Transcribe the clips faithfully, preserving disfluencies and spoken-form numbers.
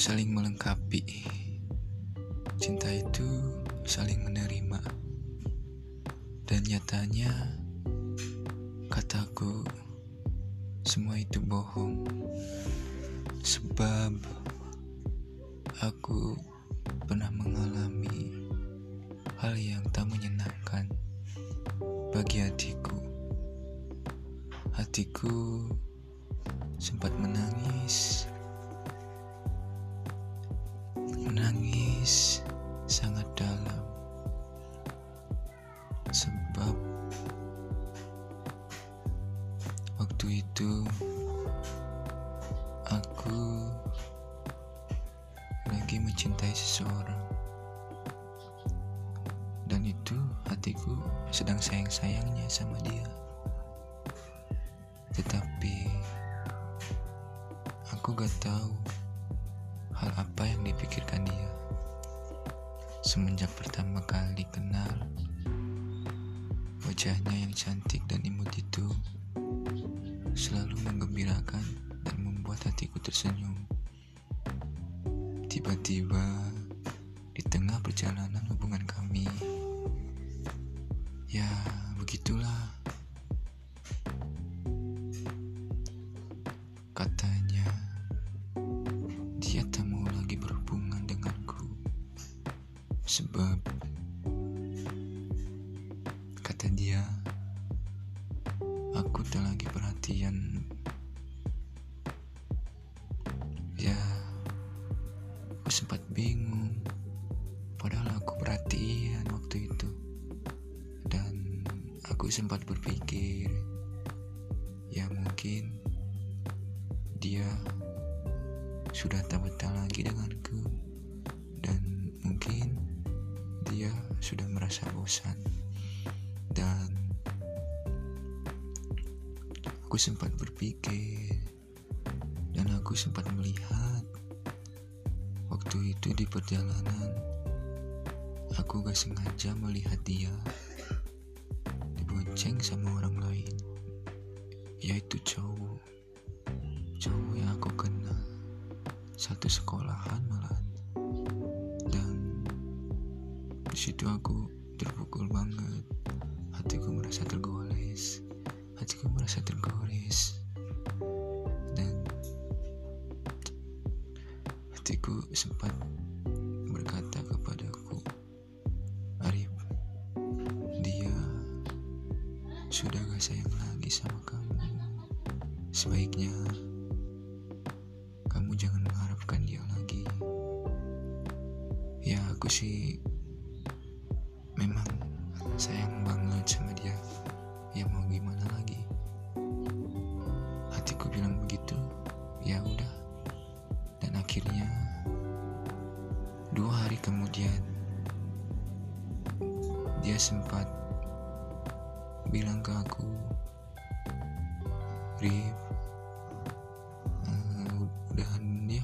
saling melengkapi. Cinta itu saling menerima. Dan nyatanya, kataku, semua itu bohong. Sebab aku pernah mengalami hal yang tak menyenangkan bagi hatiku. Hatiku sempat menangis. Menangis sangat dalam. Sebab waktu itu aku lagi mencintai seseorang. Dan itu hatiku sedang sayang-sayangnya sama dia. Tetapi aku gak tahu hal apa yang dipikirkan dia. Semenjak pertama kali kenal, wajahnya yang cantik dan imut itu selalu menggembirakan dan membuat hatiku tersenyum. Tiba-tiba di tengah perjalanan hubungan kami, ya begitulah. Katanya dia tak mau lagi berhubungan denganku. Sebab kata dia, aku tak lagi perhatian. Ya, aku sempat bingung. Padahal aku perhatian waktu itu. Dan aku sempat berpikir, ya mungkin dia sudah tak betah lagi denganku. Dan mungkin dia sudah merasa bosan. Dan aku sempat berpikir, dan aku sempat melihat waktu itu di perjalanan, aku gak sengaja melihat dia dibonceng sama orang lain, yaitu cowok cowok yang aku kenal, satu sekolahan malahan. Dan disitu aku terpukul banget. Hatiku merasa tergores hatiku merasa tergores dan hatiku sempat berkata kepadaku, Arif, dia sudah gak sayang lagi sama kamu. Sebaiknya kamu jangan mengharapkan dia lagi. Ya aku sih memang sayang banget sama dia. Ya mau gimana lagi. Hatiku bilang begitu. Ya udah. Dan akhirnya dua hari kemudian dia sempat bilang ke aku, Rif, uh, udahan ya,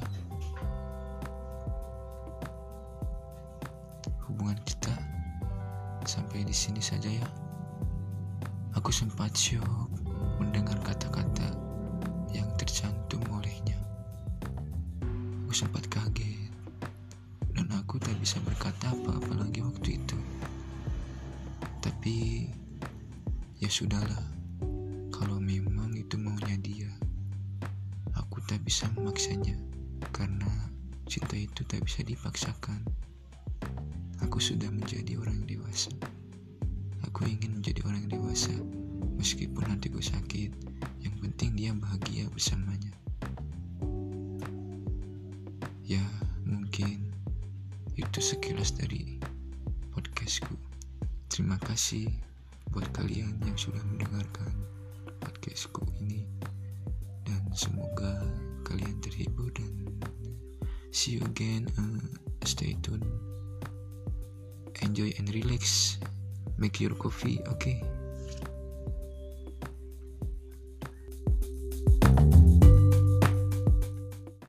hubungan kita sampai di sini saja ya. Aku sempat syok mendengar kata-kata yang tercantum olehnya. Aku sempat kaget dan aku tak bisa berkata apa-apa lagi waktu itu. Tapi ya sudahlah, kalau memang itu maunya dia, aku tak bisa memaksanya, karena cinta itu tak bisa dipaksakan. Aku sudah menjadi orang dewasa. Aku ingin menjadi orang dewasa, meskipun hatiku sakit. Yang penting dia bahagia bersamanya. Ya, mungkin itu sekilas dari podcastku. Terima kasih buat kalian yang sudah mendengarkan podcastku ini. Dan semoga kalian terhibur dan see you again. Uh, stay tune. Enjoy and relax. Make your coffee, okay?